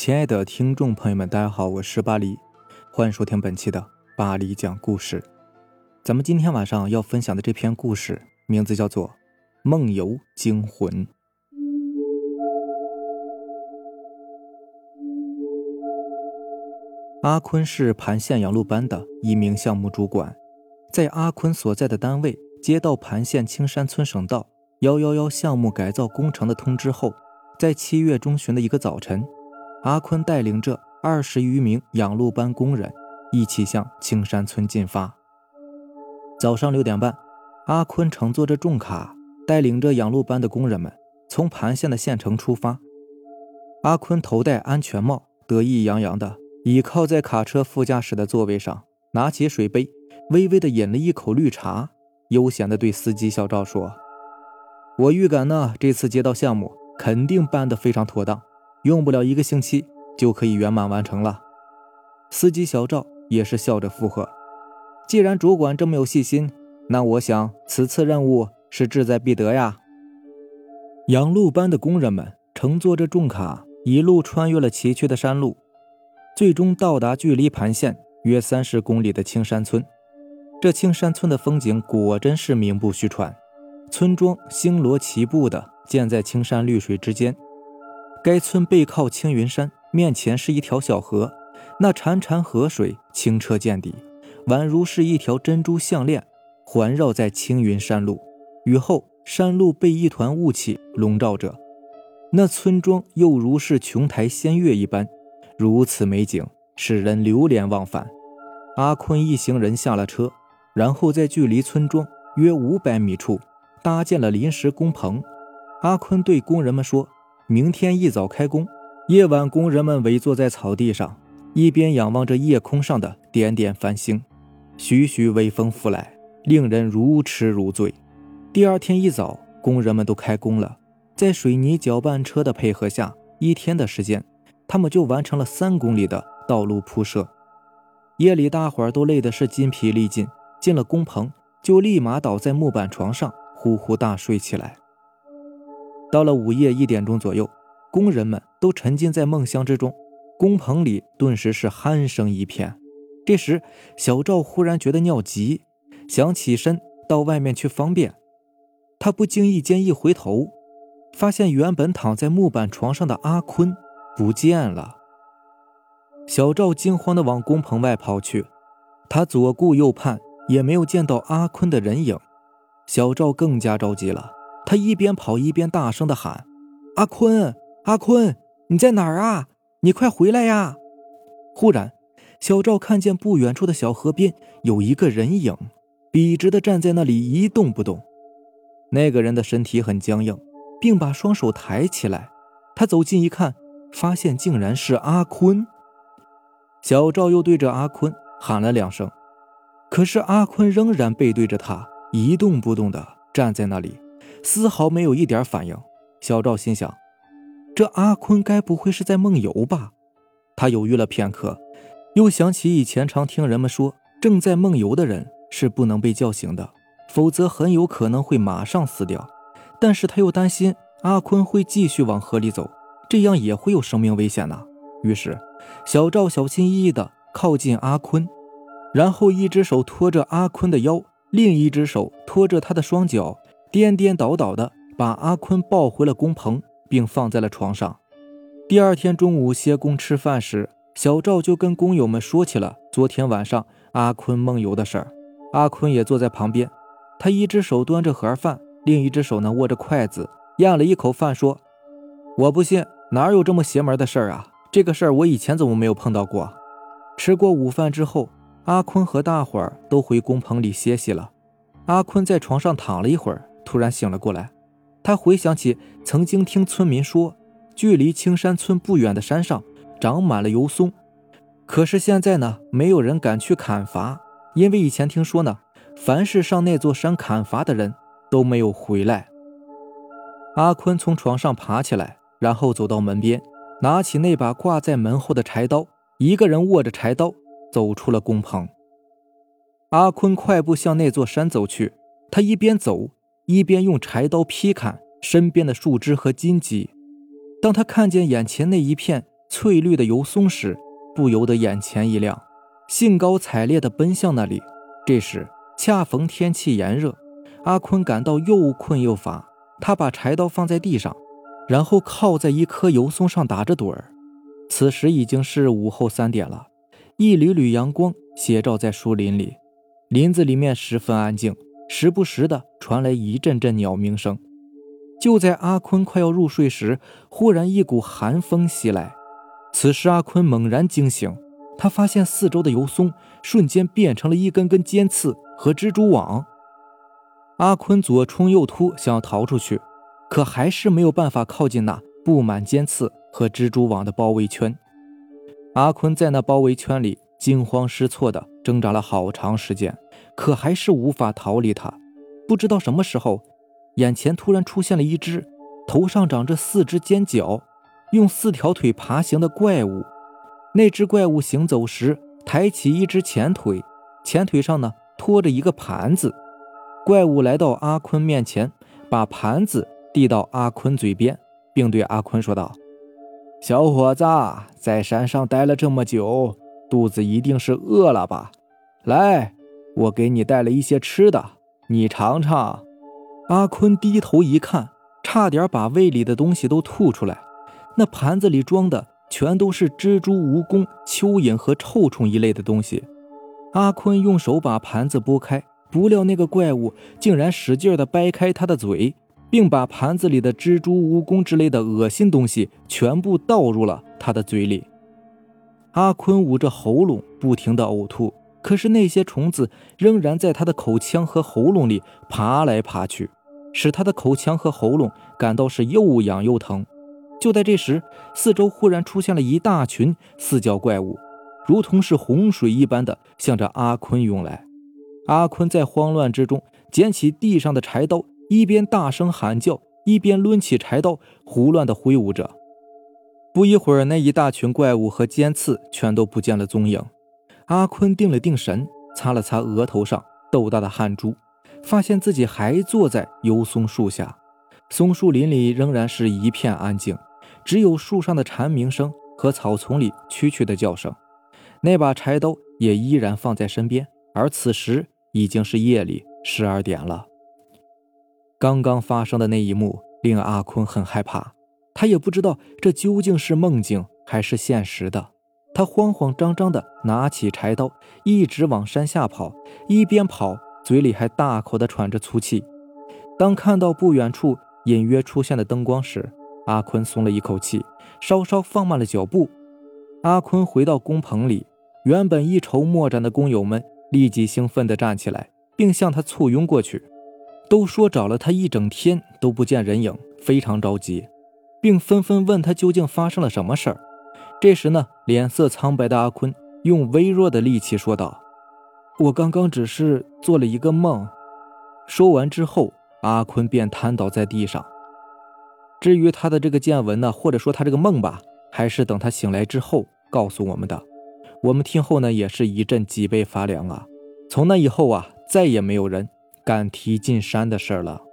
亲爱的听众朋友们，大家好，我是巴黎，欢迎收听本期的巴黎讲故事。咱们今天晚上要分享的这篇故事名字叫做《梦游惊魂》。阿坤是盘县养鹿班的一名项目主管，在阿坤所在的单位接到盘县青山村省道111项目改造工程的通知后，在7月中旬的一个早晨，阿坤带领着20余名养鹿班工人一起向青山村进发。早上6点半，阿坤乘坐着重卡，带领着养鹿班的工人们从盘县的县城出发。阿坤头戴安全帽，得意洋洋地倚靠在卡车副驾驶的座位上，拿起水杯，微微地饮了一口绿茶，悠闲地对司机小赵说：“我预感呢，这次接到项目肯定办得非常妥当，用不了1个星期就可以圆满完成了。”司机小赵也是笑着附和：“既然主管这么有细心，那我想此次任务是志在必得呀。”养鹿班的工人们乘坐着重卡，一路穿越了崎岖的山路，最终到达距离盘县约30公里的青山村。这青山村的风景果真是名不虚传，村庄星罗棋布地建在青山绿水之间。该村背靠青云山，面前是一条小河，那潺潺河水清澈见底，宛如是一条珍珠项链环绕在青云山路。雨后山路被一团雾气笼罩着，那村庄又如是琼台仙乐一般，如此美景使人流连忘返。阿坤一行人下了车，然后在距离村庄约500米处搭建了临时工棚。阿坤对工人们说，明天一早开工。夜晚工人们围坐在草地上，一边仰望着夜空上的点点繁星，徐徐微风拂来，令人如痴如醉。第二天一早，工人们都开工了，在水泥搅拌车的配合下，1天的时间他们就完成了3公里的道路铺设。夜里大伙儿都累得是筋疲力尽，进了工棚就立马倒在木板床上呼呼大睡起来。到了午夜1点钟左右，工人们都沉浸在梦乡之中，工棚里顿时是鼾声一片。这时小赵忽然觉得尿急，想起身到外面去方便。他不经意间一回头，发现原本躺在木板床上的阿坤不见了。小赵惊慌地往工棚外跑去，他左顾右盼也没有见到阿坤的人影。小赵更加着急了，他一边跑一边大声地喊：“阿坤，阿坤，你在哪儿啊？你快回来呀！”忽然小赵看见不远处的小河边有一个人影，笔直地站在那里一动不动。那个人的身体很僵硬，并把双手抬起来。他走近一看，发现竟然是阿坤。小赵又对着阿坤喊了2声，可是阿坤仍然背对着他，一动不动地站在那里，丝毫没有一点反应。小赵心想，这阿坤该不会是在梦游吧？他犹豫了片刻，又想起以前常听人们说，正在梦游的人是不能被叫醒的，否则很有可能会马上死掉。但是他又担心阿坤会继续往河里走，这样也会有生命危险呢。于是小赵小心翼翼地靠近阿坤，然后一只手托着阿坤的腰，另一只手托着他的双脚，颠颠倒倒地把阿坤抱回了工棚，并放在了床上。第二天中午歇工吃饭时，小赵就跟工友们说起了昨天晚上阿坤梦游的事儿。阿坤也坐在旁边，他一只手端着盒饭，另一只手呢握着筷子，咽了一口饭说：“我不信，哪有这么邪门的事儿啊？这个事儿我以前怎么没有碰到过？”吃过午饭之后，阿坤和大伙儿都回工棚里歇息了。阿坤在床上躺了一会儿，突然醒了过来。他回想起曾经听村民说，距离青山村不远的山上长满了油松，可是现在呢，没有人敢去砍伐，因为以前听说呢，凡是上那座山砍伐的人都没有回来。阿坤从床上爬起来，然后走到门边，拿起那把挂在门后的柴刀，一个人握着柴刀走出了工棚。阿坤快步向那座山走去，他一边走一边用柴刀劈砍身边的树枝和荆棘。当他看见眼前那一片翠绿的油松时，不由得眼前一亮，兴高采烈地奔向那里。这时恰逢天气炎热，阿坤感到又困又乏，他把柴刀放在地上，然后靠在一棵油松上打着盹儿。此时已经是午后3点了，一缕缕阳光斜照在树林里，林子里面十分安静，时不时的传来一阵阵鸟鸣声。就在阿坤快要入睡时，忽然一股寒风袭来。此时阿坤猛然惊醒，他发现四周的油松瞬间变成了一根根尖刺和蜘蛛网。阿坤左冲右突，想要逃出去，可还是没有办法靠近那布满尖刺和蜘蛛网的包围圈。阿坤在那包围圈里惊慌失措地挣扎了好长时间，可还是无法逃离它。不知道什么时候，眼前突然出现了一只头上长着4只尖角，用4条腿爬行的怪物。那只怪物行走时抬起一只前腿，前腿上呢拖着一个盘子。怪物来到阿坤面前，把盘子递到阿坤嘴边，并对阿坤说道：小伙子，在山上待了这么久，肚子一定是饿了吧？来，我给你带了一些吃的，你尝尝。阿坤低头一看，差点把胃里的东西都吐出来。那盘子里装的全都是蜘蛛、蜈蚣、蚯蚓和臭虫一类的东西。阿坤用手把盘子拨开，不料那个怪物竟然使劲地掰开他的嘴，并把盘子里的蜘蛛、蜈蚣之类的恶心东西全部倒入了他的嘴里。阿坤捂着喉咙不停地呕吐，可是那些虫子仍然在他的口腔和喉咙里爬来爬去，使他的口腔和喉咙感到是又痒又疼。就在这时，四周忽然出现了一大群4脚怪物，如同是洪水一般的向着阿坤涌来。阿坤在慌乱之中捡起地上的柴刀，一边大声喊叫，一边抡起柴刀胡乱地挥舞着。不一会儿，那一大群怪物和尖刺全都不见了踪影。阿坤定了定神，擦了擦额头上豆大的汗珠，发现自己还坐在油松树下。松树林里仍然是一片安静，只有树上的蝉鸣声和草丛里蛐蛐的叫声。那把柴刀也依然放在身边，而此时已经是夜里12点了。刚刚发生的那一幕令阿坤很害怕，他也不知道这究竟是梦境还是现实的。他慌慌张张地拿起柴刀，一直往山下跑，一边跑嘴里还大口地喘着粗气。当看到不远处隐约出现的灯光时，阿坤松了一口气，稍稍放慢了脚步。阿坤回到工棚里，原本一筹莫展的工友们立即兴奋地站起来，并向他簇拥过去，都说找了他一整天都不见人影，非常着急，并纷纷问他究竟发生了什么事儿。这时呢，脸色苍白的阿坤用微弱的力气说道：我刚刚只是做了一个梦。说完之后，阿坤便瘫倒在地上。至于他的这个见闻呢，或者说他这个梦吧，还是等他醒来之后告诉我们的。我们听后呢，也是一阵脊背发凉啊。从那以后啊，再也没有人敢提进山的事了。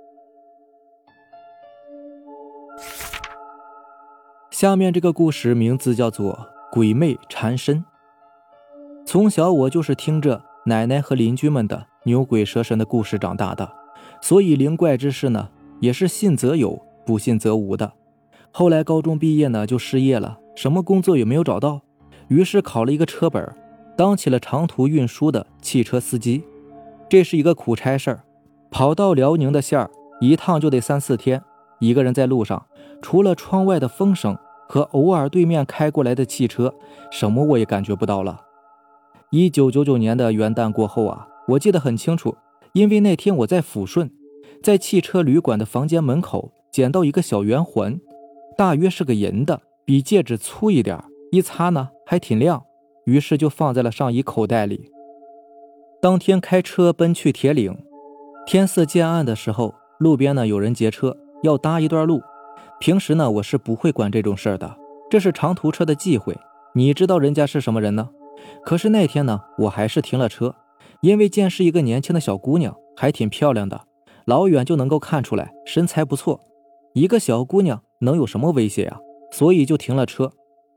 下面这个故事名字叫做《鬼魅缠身》。从小我就是听着奶奶和邻居们的牛鬼蛇神的故事长大的，所以灵怪之事呢，也是信则有，不信则无的。后来高中毕业呢，就失业了，什么工作也没有找到，于是考了一个车本，当起了长途运输的汽车司机。这是一个苦差事儿，跑到辽宁的线儿，一趟就得3-4天。一个人在路上，除了窗外的风声和偶尔对面开过来的汽车，什么我也感觉不到了。1999年的元旦过后啊，我记得很清楚，因为那天我在抚顺，在汽车旅馆的房间门口捡到一个小圆环，大约是个银的，比戒指粗一点，一擦呢还挺亮，于是就放在了上衣口袋里。当天开车奔去铁岭，天色渐暗的时候，路边呢有人劫车，要搭一段路。平时呢我是不会管这种事儿的，这是长途车的忌讳，你知道人家是什么人呢？可是那天呢，我还是停了车，因为见是一个年轻的小姑娘，还挺漂亮的，老远就能够看出来身材不错。一个小姑娘能有什么威胁啊？所以就停了车。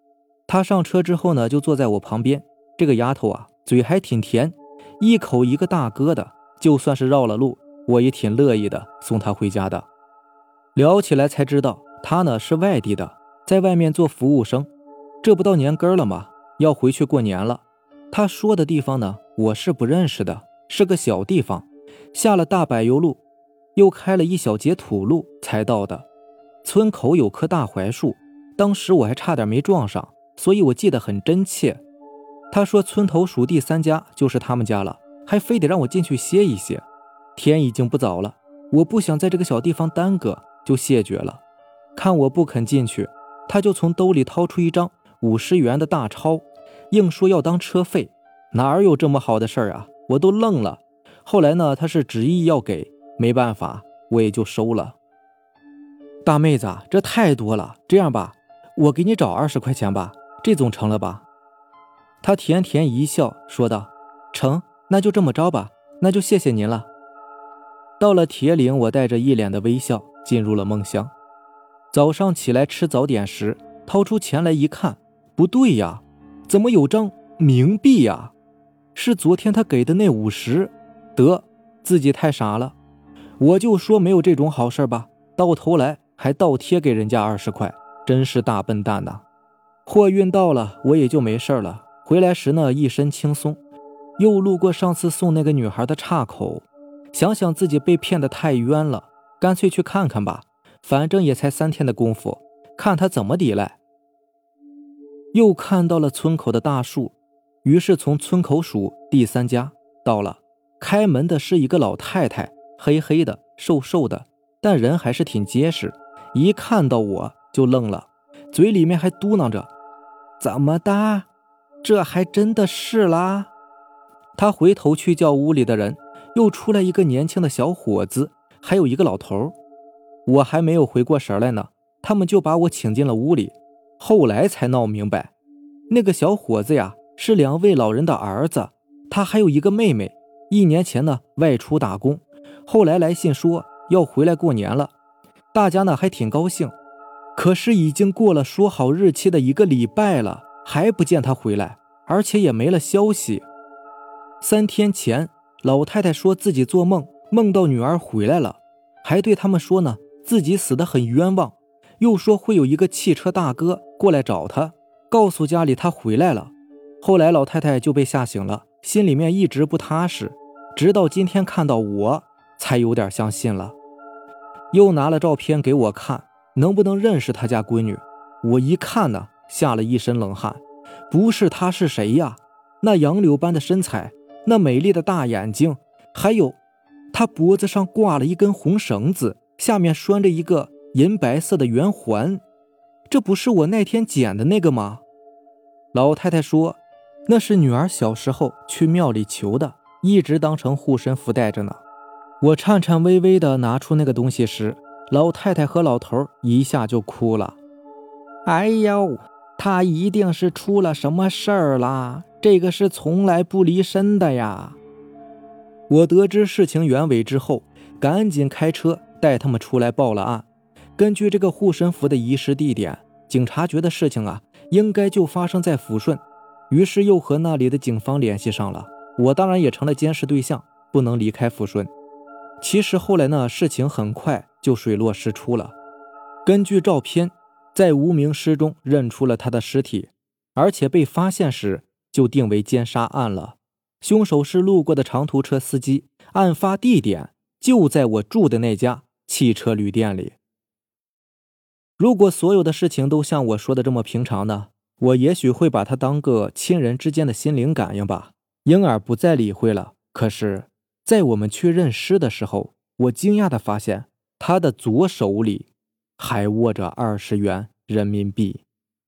她上车之后呢，就坐在我旁边。这个丫头啊，嘴还挺甜，一口一个大哥的，就算是绕了路，我也挺乐意的送她回家的。聊起来才知道，她呢是外地的，在外面做服务生，这不到年根了吗？要回去过年了。她说的地方呢，我是不认识的，是个小地方，下了大柏油路，又开了一小截土路才到的。村口有棵大槐树，当时我还差点没撞上，所以我记得很真切。他说村头数第3家就是他们家了，还非得让我进去歇一歇。天已经不早了，我不想在这个小地方耽搁，就谢绝了。看我不肯进去，他就从兜里掏出一张50元的大钞，硬说要当车费。哪有这么好的事儿啊，我都愣了。后来呢，他是执意要给，没办法，我也就收了。大妹子，这太多了，这样吧，我给你找20块钱吧，这总成了吧？他甜甜一笑说道，成，那就这么着吧，那就谢谢您了。到了铁岭，我带着一脸的微笑进入了梦乡。早上起来吃早点时，掏出钱来一看，不对呀，怎么有张冥币呀？是昨天他给的那50。得，自己太傻了，我就说没有这种好事吧，到头来还倒贴给人家20块，真是大笨蛋呐。货运到了，我也就没事了。回来时呢，一身轻松，又路过上次送那个女孩的岔口，想想自己被骗得太冤了，干脆去看看吧，反正也才3天的功夫，看他怎么抵赖。又看到了村口的大树，于是从村口数第3家到了。开门的是一个老太太，黑黑的瘦瘦的，但人还是挺结实，一看到我就愣了，嘴里面还嘟囔着，怎么的，这还真的是啦。他回头去叫屋里的人，又出来一个年轻的小伙子，还有一个老头。我还没有回过神来呢，他们就把我请进了屋里。后来才闹明白，那个小伙子呀，是2位老人的儿子，他还有一个妹妹，1年前呢外出打工，后来来信说要回来过年了，大家呢还挺高兴。可是已经过了说好日期的1个礼拜了，还不见他回来，而且也没了消息。3天前，老太太说自己做梦，梦到女儿回来了，还对他们说呢，自己死得很冤枉，又说会有一个汽车大哥过来找他，告诉家里他回来了。后来老太太就被吓醒了，心里面一直不踏实，直到今天看到我才有点相信了。又拿了照片给我看，能不能认识他家闺女。我一看呢，吓了一身冷汗，不是他是谁呀？那杨柳般的身材，那美丽的大眼睛，还有他脖子上挂了一根红绳子，下面拴着一个银白色的圆环，这不是我那天捡的那个吗？老太太说那是女儿小时候去庙里求的，一直当成护身符带着呢。我颤颤巍巍地拿出那个东西时，老太太和老头一下就哭了。哎呦，他一定是出了什么事儿啦，这个是从来不离身的呀。我得知事情原委之后，赶紧开车带他们出来报了案。根据这个护身符的遗失地点，警察觉得事情啊应该就发生在抚顺，于是又和那里的警方联系上了。我当然也成了监视对象，不能离开抚顺。其实后来呢，事情很快就水落石出了。根据照片，在无名尸中认出了他的尸体，而且被发现时就定为奸杀案了。凶手是路过的长途车司机，案发地点就在我住的那家汽车旅店里。如果所有的事情都像我说的这么平常呢，我也许会把它当个亲人之间的心灵感应吧，因而不再理会了。可是在我们去认尸的时候，我惊讶地发现他的左手里还握着20元人民币。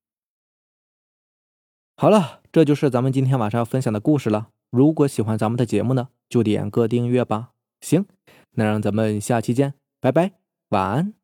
好了，这就是咱们今天晚上要分享的故事了。如果喜欢咱们的节目呢，就点个订阅吧。行，那让咱们下期见，拜拜，晚安。